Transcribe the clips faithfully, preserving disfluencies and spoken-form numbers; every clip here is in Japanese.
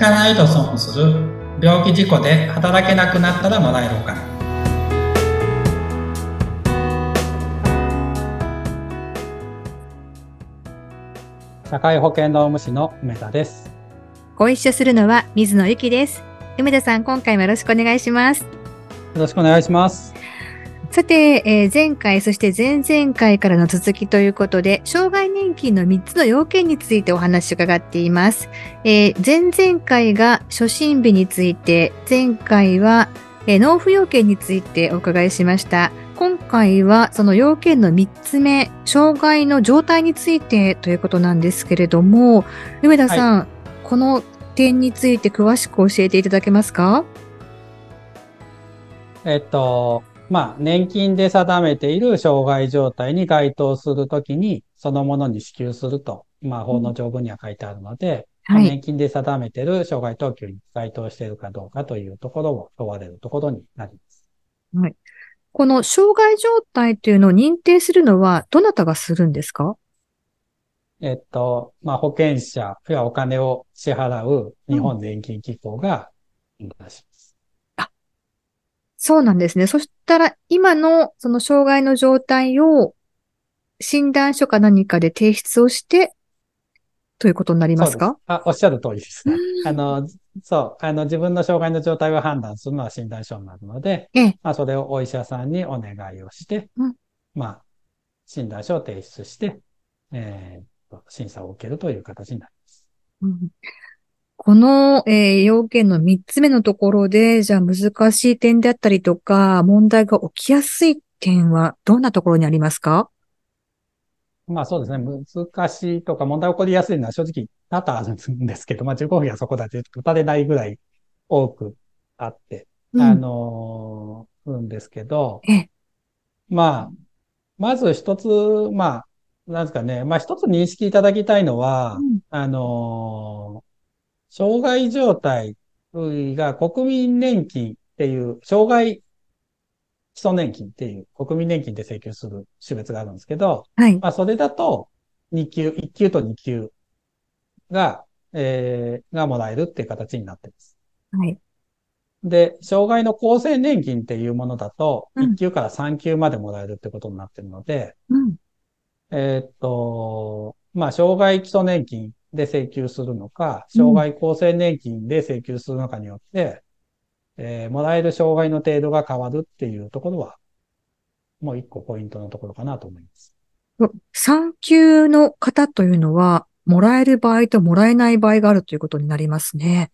かないと損する病気事故で働けなくなったらもらえるお金。社会保険労務士の梅田です。 ご一緒するのは水野ゆきです。梅田さん、今回もよろしくお願いします。よろしくお願いします。 さて、えー、前回そして前々回からの続きということで、障害年金のみっつの要件についてお話を伺っています。えー、前々回が初診日について、前回は、えー、納付要件についてお伺いしました。今回はその要件のみっつめ、障害の状態についてということなんですけれども、梅田さん、はい、この点について詳しく教えていただけますか？ えっと、まあ、年金で定めている障害状態に該当するときに、そのものに支給すると、まあ、法の条文には書いてあるので、うん、はい、年金で定めている障害等級に該当しているかどうかというところを問われるところになります。 はい。この障害状態というのを認定するのは、どなたがするんですか？ えっと、まあ、保険者やお金を支払う日本年金機構が出します。 うん、あ、そうなんですね。そしたら、今のその障害の状態を診断書か何かで提出をして、ということになりますか？ そうです。あ、おっしゃる通りです。あの、そう、あの、自分の障害の状態を判断するのは診断書になるので、ええ、まあ、それをお医者さんにお願いをして、うん、まあ、診断書を提出して、えー、審査を受けるという形になります。 うん、この、えー、要件のみっつめのところで、じゃあ難しい点であったりとか、問題が起きやすい点はどんなところにありますか？ まあそうですね。難しいとか問題起こりやすいのは正直多々あるんですけど、まあ受講費はそこだって打たれないぐらい多くあって、うん、あのー、うんですけど、まあ、まず一つ、まあ、なんですかね、まあ一つ認識いただきたいのは、うん、あのー、障害状態が国民年金っていう、障害基礎年金っていう国民年金で請求する種別があるんですけど、はい、まあそれだとに級、いっ級とに級が、えー、がもらえるっていう形になっています。はい。で、障害の厚生年金っていうものだと、いっ級からさん級までもらえるってことになっているので、うん、えー、っと、まあ、障害基礎年金で請求するのか、障害厚生年金で請求するのかによって、うん、えー、もらえる障害の程度が変わるっていうところは、もう一個ポイントのところかなと思います。 さん級の方というのは、もらえる場合ともらえない場合があるということになりますね。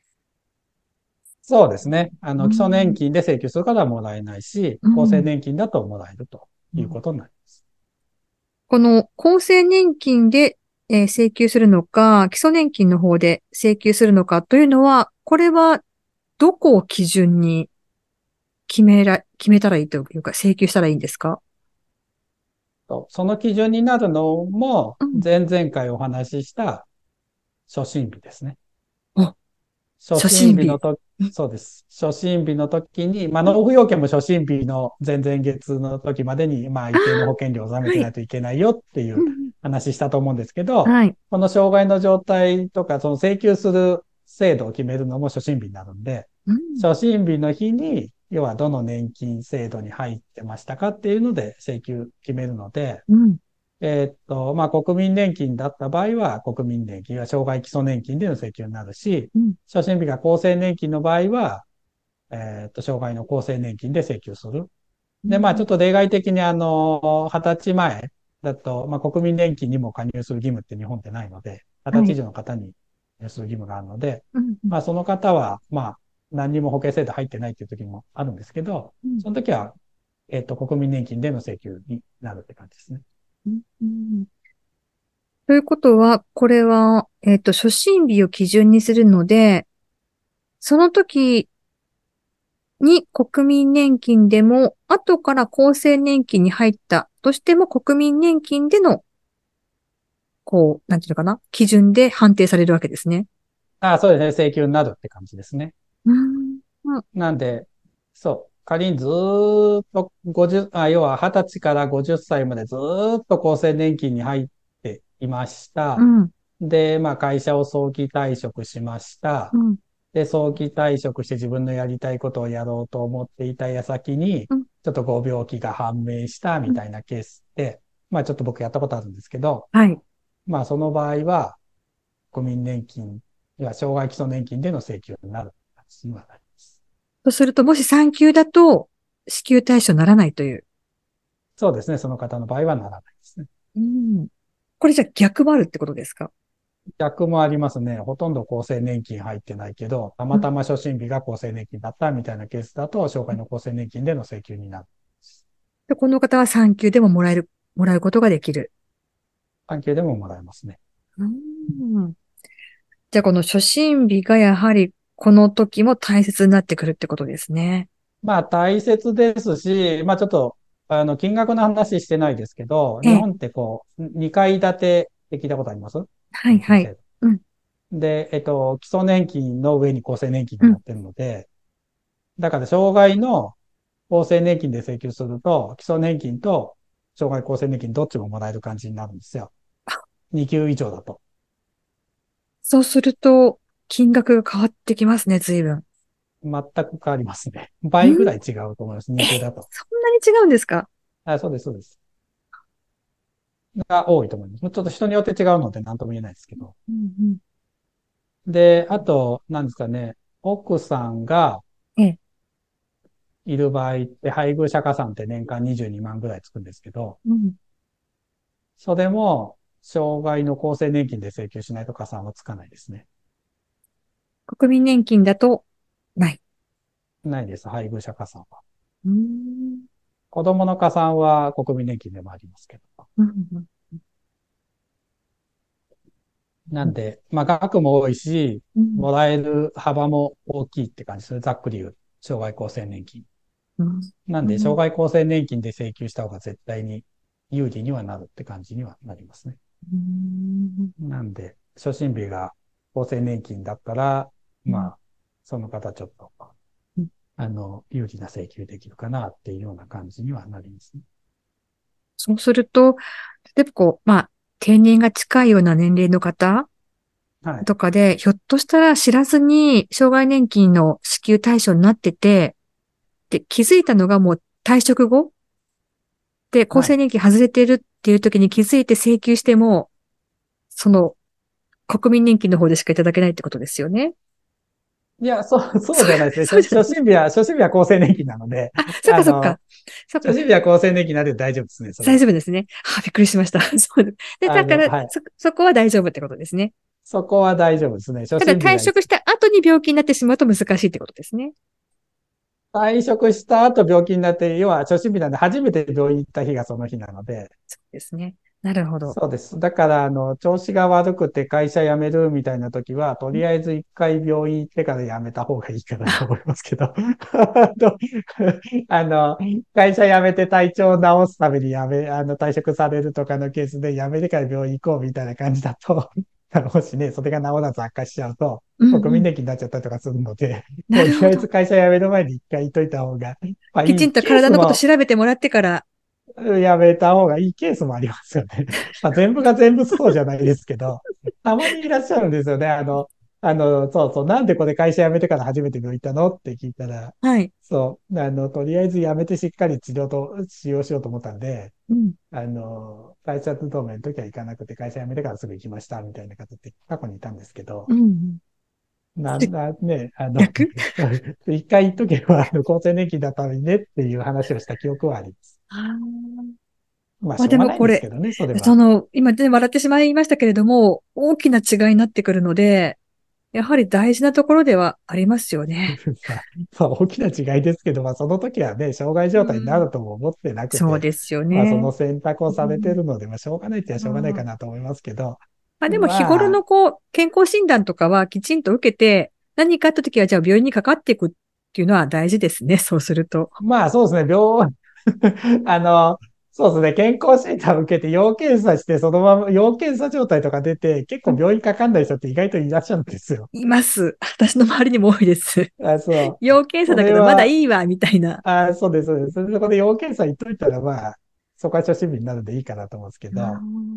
そうですね。あの、基礎年金で請求する方はもらえないし、うん、厚生年金だともらえるということになります。 この厚生年金で請求するのか、基礎年金の方で請求するのかというのは、これはどこを基準に決めら、決めたらいいというか、請求したらいいんですか？ その基準になるのも、前々回お話しした初診日ですね。 うん、 初診日のとき、そうです。初診日の時に、まあ、納付要件も初診日の前々月の時までに、まあ、一定の保険料を納めてないといけないよっていう話したと思うんですけど、はい、この障害の状態とか、その請求する制度を決めるのも初診日になるんで、うん、初診日の日に、要はどの年金制度に入ってましたかっていうので請求決めるので、うん、えっと、まあ、国民年金だった場合は、国民年金は障害基礎年金での請求になるし、うん、初診日が厚生年金の場合は、えっと、障害の厚生年金で請求する。で、まあ、ちょっと例外的にあの、はたちまえだと、まあ、国民年金にも加入する義務って日本ってないので、はたち以上の方に加入する義務があるので、はい、まあ、その方は、まあ、何にも保険制度入ってないっていう時もあるんですけど、その時は、えっと、国民年金での請求になるって感じですね。 うんうん、ということは、これは、えっと、初診日を基準にするので、その時に国民年金でも、後から厚生年金に入ったとしても、国民年金での、こう、なんていうのかな、基準で判定されるわけですね。 ああ、そうですね。請求になるって感じですね。 うん、 なんで、そう。仮にずーっとごじゅう、あ、要ははたちからごじゅっさいまでずーっと厚生年金に入っていました。うん、 で、まあ会社を早期退職しました。 うん。 で、早期退職して自分のやりたいことをやろうと思っていた矢先に、 うん。 ちょっとご病気が判明したうん。 みたいなケースって、まあちょっと僕やったことあるんですけど、 はい。 まあその場合は、国民年金や障害基礎年金での請求になる形にはなります。 とすると、もし産休だと、支給対象にならないという。 そうですね。その方の場合はならないですね。 うん。これじゃ逆もあるってことですか？ 逆もありますね。ほとんど厚生年金入ってないけど、たうん。 またま初診日が厚生年金だったみたいなケースだと、障害の厚生年金での請求になる。 で、この方は産休でももらえる、もらうことができる。 関係でももらえますね。 うん。じゃあ、この初診日がやはりこの時も大切になってくるってことですね。 まあ大切ですし、まあちょっと、あの、金額の話してないですけど、 ええ。 日本ってこう、にかい建てって聞いたことあります？ はいはい。 年金制うん。 度。で、えっと、基礎年金の上に厚生年金うん。 が乗ってるので、だから障害の厚生年金で請求すると、基礎年金と障害厚生年金どっちももらえる感じになるんですよ。に級以上だと。 そうすると、金額が変わってきますね、随分。 全く変わりますね。 うん。 倍ぐらい違うと思います。 え、 に級だと。 そんなに違うんですか？ あ、そうです、そうです。が多いと思います。ちょっと人によって違うので何とも言えないですけど。 うんで、あと、なんですかね、奥さんがうん。ええ。 いる場合って配偶者加算って年間にじゅうにまんぐらいつくんですけど、 うん。 それも障害の厚生年金で請求しないと加算はつかないですね。 国民年金だと、ない。 ないです、配偶者加算は。 うーん。 子供の加算は国民年金でもありますけど。 うん。うん。 なんで、まあ額も多いし、 うん。 もらえる幅も大きいって感じですね。ざっくり言う。障害厚生年金。 うん。 なんで、障うん。 害厚生年金で請求した方が絶対に有利にはなるって感じにはなりますね。 うん。 なんで、初診日が厚生年金だったら、 うん。 まあ、その方ちょっと、あの、有利な請求できるかなっていうような感じにはなりますね。 そうすると、例えばこう、まあ、定年が近いような年齢の方はい。 とかで、ひょっとしたら知らずに障害年金の支給対象になってて、で、気づいたのがもう退職後で厚はい。 生年金外れてるっていう時に気づいて請求しても、その国民年金の方でしかいただけないってことですよね。 いや、そう、そうそう、 じゃないですね。 そうじゃない。 初初診日は、初診日は厚生年金なので、 あ、そっかそっか。 あの、 そっか。 初診日は厚生年金なんで大丈夫ですね、それは。 大丈夫ですね。はあ、びっくりしました。そうで、であの、 だから、 はい。 そ、そこは大丈夫ってことですね。 そこは大丈夫ですね。初ただ診日が一退職した後に病気になってしまうと難しいってことですね。 退職した後病気になって、要は初診日なんで初めて病院行った日がその日なので、 そうですね。なるほど。 そうです。だから、あの、調子が悪くて会社辞めるみたいな時は、とりあえず一回病院行ってから辞めた方がいいかなと思いますけど。あの、会社辞めて体調を治すために辞め、あの、退職されるとかのケースで辞めてから病院行こうみたいな感じだと、もしね、それが治らず悪化しちゃうと、 うんうん。 国民年金になっちゃったりとかするので、とりあえずなるほど。 会社辞める前に一回行っといた方が、まあいきちんいと体のことケースも、 調べてもらってから、 やめた方がいいケースもありますよね。まあ、全部が全部そうじゃないですけど、たまにいらっしゃるんですよね。あの、あの、そうそう、なんでこれ会社辞めてから初めて病院行ったのって聞いたら、 はい。 そう、あの、とりあえず辞めてしっかり治療と、使用しようと思ったんで、 うん。 あの、会社勤めの時は行かなくて、会社辞めてからすぐ行きました、みたいな方って過去にいたんですけど、 うん。 なんだね、あの、 逆。 一回言っとけば、あの、厚生年金だったのにねっていう話をした記憶はあります。 あー。 まあ、 まあしょうがないでもこれ、 ですけどね、それは。 その、今で笑ってしまいましたけれども、大きな違いになってくるので、やはり大事なところではありますよね。 まあ、まあ大きな違いですけど、まあ、その時はね、障害状態になうん。 るとも思ってなくて、 そうですよまあ、そね。 の選択をされていうん。 るので、まあ、しょうがないって言えばしょうがないかうん。 なと思いますけど、 まあでも日頃まあ、 のこう、健康診断とかはきちんと受けて、何かあった時はじゃあ病院にかかっていくっていうのは大事ですね。そうすると。 まあ、そうですね、病、あの、そうですね、健康診断を受けて、要検査して、そのまま、要検査状態とか出て、結うん。 構病院かかんない人って意外といらっしゃるんですよ。 います。私の周りにも多いです。 あ、そう。 要検査そだけどまだれは、 いいわ、みたいな。 あ、そうです、そうです。それでそこで要検査言っといたら、まあ、そこは初診日になるんでいいかなと思うんですけあど、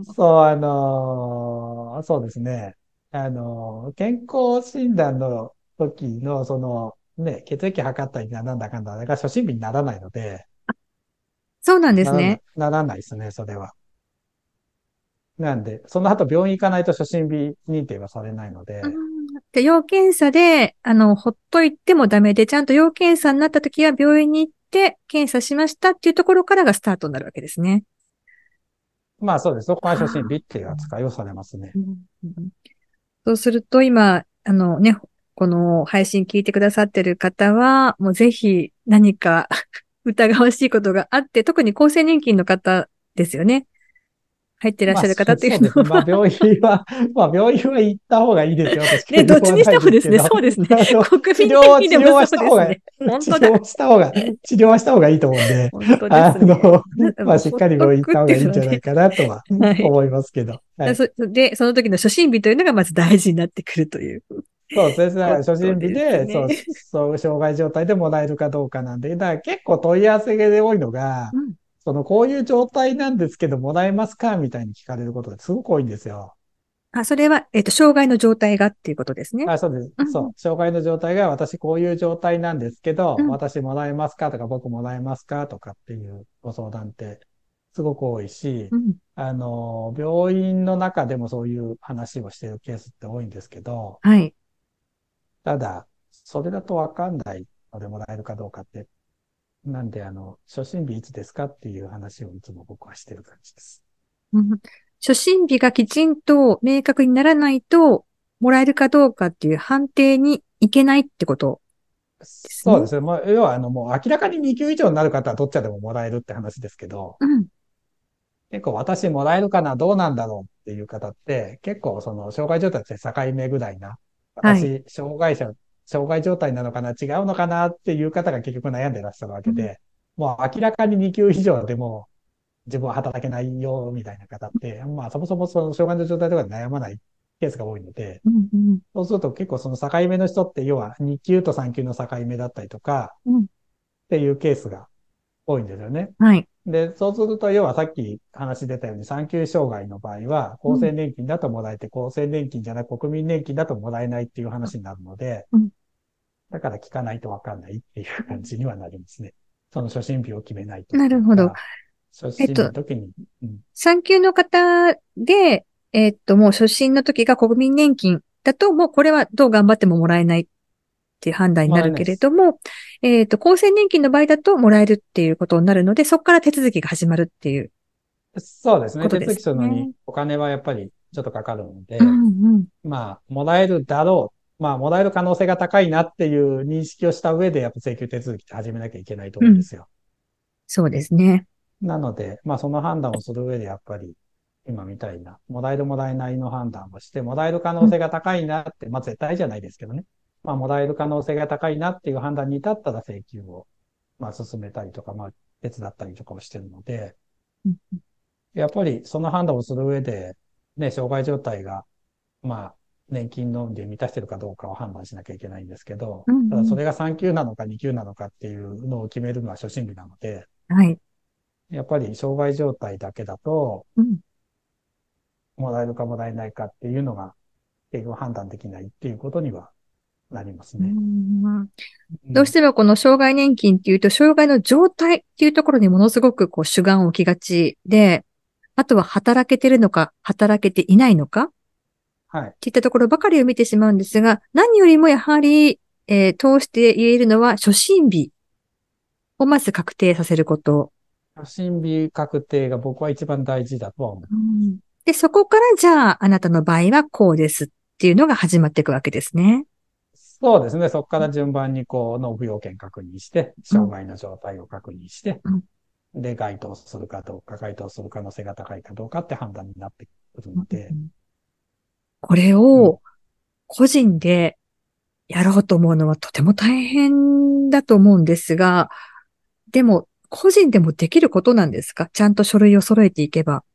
そう、あのーそうですね。あのー健康診断の時の、その、ね、血液測ったりなんだかんだ、あれが初診日にならないので、 そうなんですならな、 ね。 ならないですね、それは。なんで、その後病院行かないと初診日認定はされないのうで、 ん。で、要検査で、あの、ほっといてもダメで、ちゃんと要検査になった時は病院に行って検査しましたっていうところからがスタートになるわけですね。 まあそうです。そこは初診はあ。 日っていう扱いをされますね。 うん。そうすると今、あのね、この配信聞いてくださってる方は、もうぜひ何か疑わしいことがあって、特に厚生年金の方ですよね。入ってらっまあ、 しゃる方っていそそうですね。まあ、 うのは病院は、まあ、病院は行った方がいいですよ。私、 ね、 給どっちにし料はないてもですね、 ですけど、あそうですね。 の、 国民治療は、 年金でも治療はそうですね。 した方が、 本当だ。 治療はした方が、治療はした方がいいと思うんで、 本当であすね。 の、まあ、 もうほっしっかりとくっ病院行った方ていうのはね。 がいいんじゃないかなとははい。 思いますけど。はい。 そで、その時の初診日というのがまず大事になってくるというそうですね。だかこら初とです診日で、そう、 ね。 そう、障害状態でもらえるかどうかなんで、だから結構問い合わせで多いのが、 うん。 その、こういう状態なんですけど、もらえますかみたいに聞かれることがすごく多いんですよ。 あ、それは、えっと、障害の状態がっていうことですね。 あ、そうです。 うん、 そう。障害の状態が私こういう状態なんですけど、 うん、 私もらえますかとか僕もらえますかとかっていうご相談ってすごく多いし、 うん。 あの、病院の中でもそういう話をしているケースって多いんですけど、 はい。 ただ、それだとわかんないのでもらえるかどうかって、なんで、あの、初診日いつですかっていう話をいつも僕はしてる感じです。 うん。初診日がきちんと明確にならないと、もらえるかどうかっていう判定にいけないってことですね。 そうですね。まあ、要は、あの、もう明らかにに級以上になる方はどっちでももらえるって話ですけど、 うん。 結構私もらえるかな、どうなんだろうっていう方って、結構その障害状態って境目ぐらいな、 はい。 私、障害者、障害状態なのかな、違うのかなっていう方が結局悩んでらっしゃるわうん。 けで、もう明らかにに級以上でも自分は働けないよ、みたいな方って、まあそもそもその障害の状態とかで悩まないケースが多いので、 うん。うん。 そうすると結構その境目の人って、要はに級とさん級の境目だったりとかうん。 っていうケースが多いんですよね。 はい。 で、そうすると、要はさっき話出たように、産休障害の場合は、 うん。 厚生年金だともらえて、厚生年金じゃなく国民年金だともらえないっていう話になるので、 うん。 だから聞かないとわかんないっていう感じにはなりますね。その初診日を決めないとっなるほど。 ていうか、初診日のえっと、 時に、うん、 産休の方で、えっと、もう初診の時が国民年金だと、もうこれはどう頑張ってももらえないっていう判断にもなるけらえないです。 れども、えっと、厚生年金の場合だともらえるっていうことになるので、そこから手続きが始まるっていうそうですね。 ことです手続きするのにね。 お金はやっぱりちょっとかかるのうで、 んうん。 まあ、もらえるだろう。まあ、もらえる可能性が高いなっていう認識をした上で、やっぱ請求手続きって始めなきゃいけないとうん。 思うんですよ。 そうですね。 なので、まあその判断をする上でやっぱり今みたいな、もらえるもらえないの判断をして、もらえる可うん。 能性が高いなって、まあ絶対じゃないですけどね。まあもらえる可能性が高いなっていう判断に至ったら請求を、まあ進めたりとか、まあ手伝ったりとかをしてるので、 うん。 やっぱりその判断をする上で、ね、障害状態が、まあ年金のんで満たしてるかどうかを判断しなきゃいけないんですけど、 うん。 ただそうん。 れがさん級なのかに級なのかっていうのを決めるのは初診日なので、 はい。 やっぱり障害状態だけだと、 うん。 もらえるかもらえないかっていうのが、結局判断できないっていうことにはなりますうね。 ん。どうしうん。 てもこの障害年金っていうと、障害の状態っていうところにものすごくこう主眼を置きがちで、あとは働けてるのか、働けていないのかっはい。 ていったところばかりを見てしまうんですが、何よりもやはり、えー通して言えるのは初診日をまず確定させること。 初診日確定が僕は一番大事だとは思う。 うん。で、そこからじゃあ、あなたの場合はこうですっていうのが始まっていくわけですね。 そうですね。そこから順番にこう、納付要件確認して、 うん。 障害の状態を確認して、 うん。 で、該当するかどうか、該当する可能性が高いかどうかって判断になってくるうん。 ので、 うん。これうん。 を個人でやろうと思うのはとても大変だと思うんですが、でも、個人でもできることなんですか？ちゃんと書類を揃えていけば。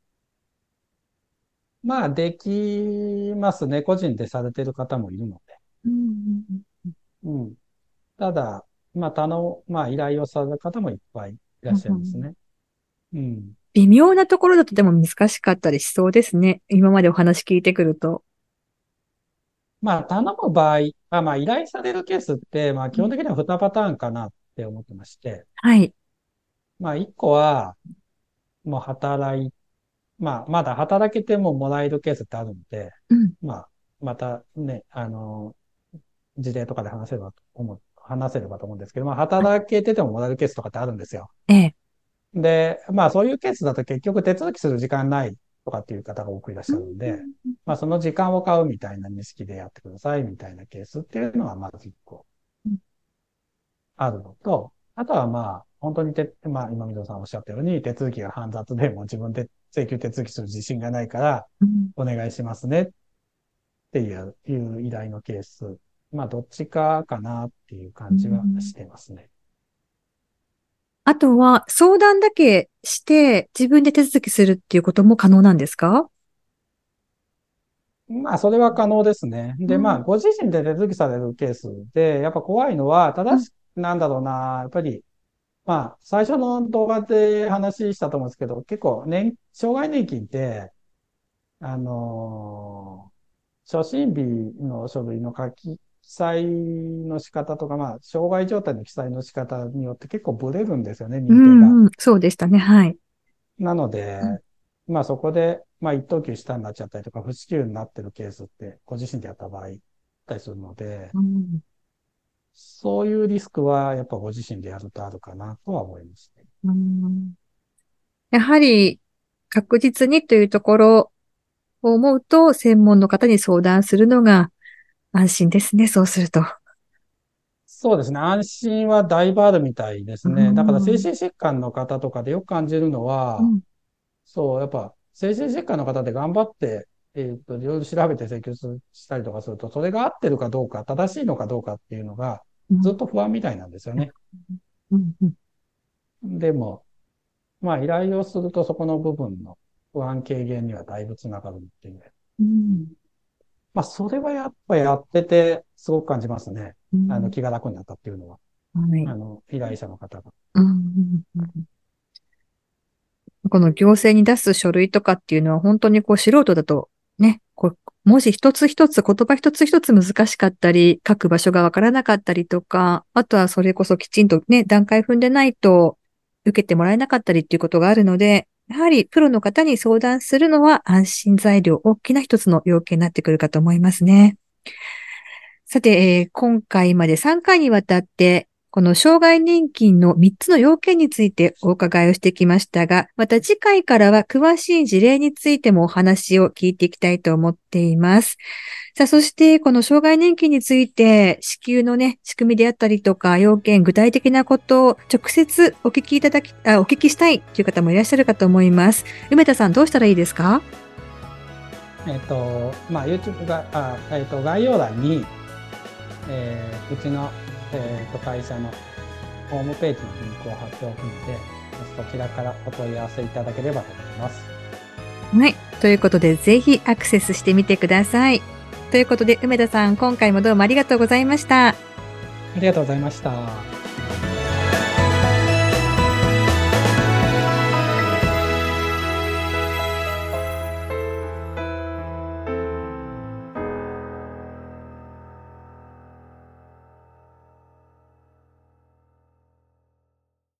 まあ、できますね。個人でされてる方もいるので。 うん。 うん。ただ、まあ、他の、まあ、依頼をされる方もいっぱいいらっしゃいますうん。 ね。うん。 微妙なところだとでも難しかったりしそうですね。今までお話聞いてくると。 まあ、頼む場合、あまあ、依頼されるケースって、まあ、基本的にはにパターンかなって思ってまして、 はい。 まあ、いっこは、もう働い、まあ、まだ働けてももらえるケースってあるんで、 うん。 まあ、またね、あの、事例とかで話せればと思う、話せればと思うんですけど、まあ、働けててももらえるケースとかってあるんですよ。 ええ。 で、まあ、そういうケースだと結局手続きする時間ないとかっていう方が多くいらっうしゃるんで、 ん。 まあ、その時間を買うみたいな認識でやってくださいみたいなケースっていうのはまずいっこあるのと、あとはまあ、本当にて、まあ、今水戸さんおっしゃったように、手続きが煩雑でも自分で請求手続きする自信がないから、 うん。 お願いしますねっていう、いう依頼のケース。まあ、どっちかかなっていうう感じはん。 してますね。 あとは、相談だけして自分で手続きするっていうことも可能なんですか？ まあ、それは可能ですね。で、まあ、 うん。 ご自身で手続きされるケースで、やっぱ怖いのは、 うん。 正しく、なんだろうな、やっぱり、まあ、最初の動画で話したと思うんですけど、結構、年、障害年金って、あのー初診日の書類の書き、記載の仕方とか、まあ、障害状態の記載の仕方によって結構ブレるんですよね、 う認定が。 ん。うん。そうでしたね。はい。 なので、 うん。 まあそこで、まあ一等級下になっちゃったりとか、不支給になってるケースって、ご自身でやった場合、あったりするので、 うん。 そういうリスクはやっぱご自身でやるとあるかなとは思いますね。 うん。やはり、確実にというところを思うと、専門の方に相談するのが安心ですね。そうすると。 そうですね。安心はだいぶあるみたいですうね。だから精ん。 神疾患の方とかでよく感じるのは、 うん。 そう、やっぱ精神疾患の方で頑張って、えっと、いろいろ調べて請求したりとかすると、それが合ってるかどうか、正しいのかどうかっていうのが、 うん。 ずっと不安みたいなんですよね。 うん。うん。 でも、まあ、依頼をするとそこの部分の不安軽減にはだいぶつながるっていう。 うん。 まあ、それはやっぱやってて、すごく感じますね。あの、 うん。 気が楽になったっていうのは。 はい。 あの、依頼者の方が。 うん。うん。この行政に出す書類とかっていうのは本当にこう素人だとね、こう文字一つ一つ、言葉一つ一つ難しかったり、書く場所がわからなかったりとか、あとはそれこそきちんとね、段階踏んでないと受けてもらえなかったりっていうことがあるので、やはりプロの方に相談するのは安心材料、大きな一つの要件になってくるかと思いますね。さて、えー今回までさんかいにわたって、この障害年金のみっつの要件についてお伺いをしてきましたが、また次回からは詳しい事例についてもお話を聞いていきたいと思っています。さあ、そしてこの障害年金について支給のね、仕組みであったりとか、要件、具体的なことを直接お聞きいただき、あ、お聞きしたいという方もいらっしゃるかと思います。梅田さん、どうしたらいいですか？ えっと、まあ、YouTube が、あ、えっと、概要欄に、えーうちの、えーと、会社のホームページのリンクを貼っておくので、そちらからお問い合わせいただければと思います。 はい。ということで、ぜひアクセスしてみてください。ということで、梅田さん、今回もどうもありがとうございました。 ありがとうございました。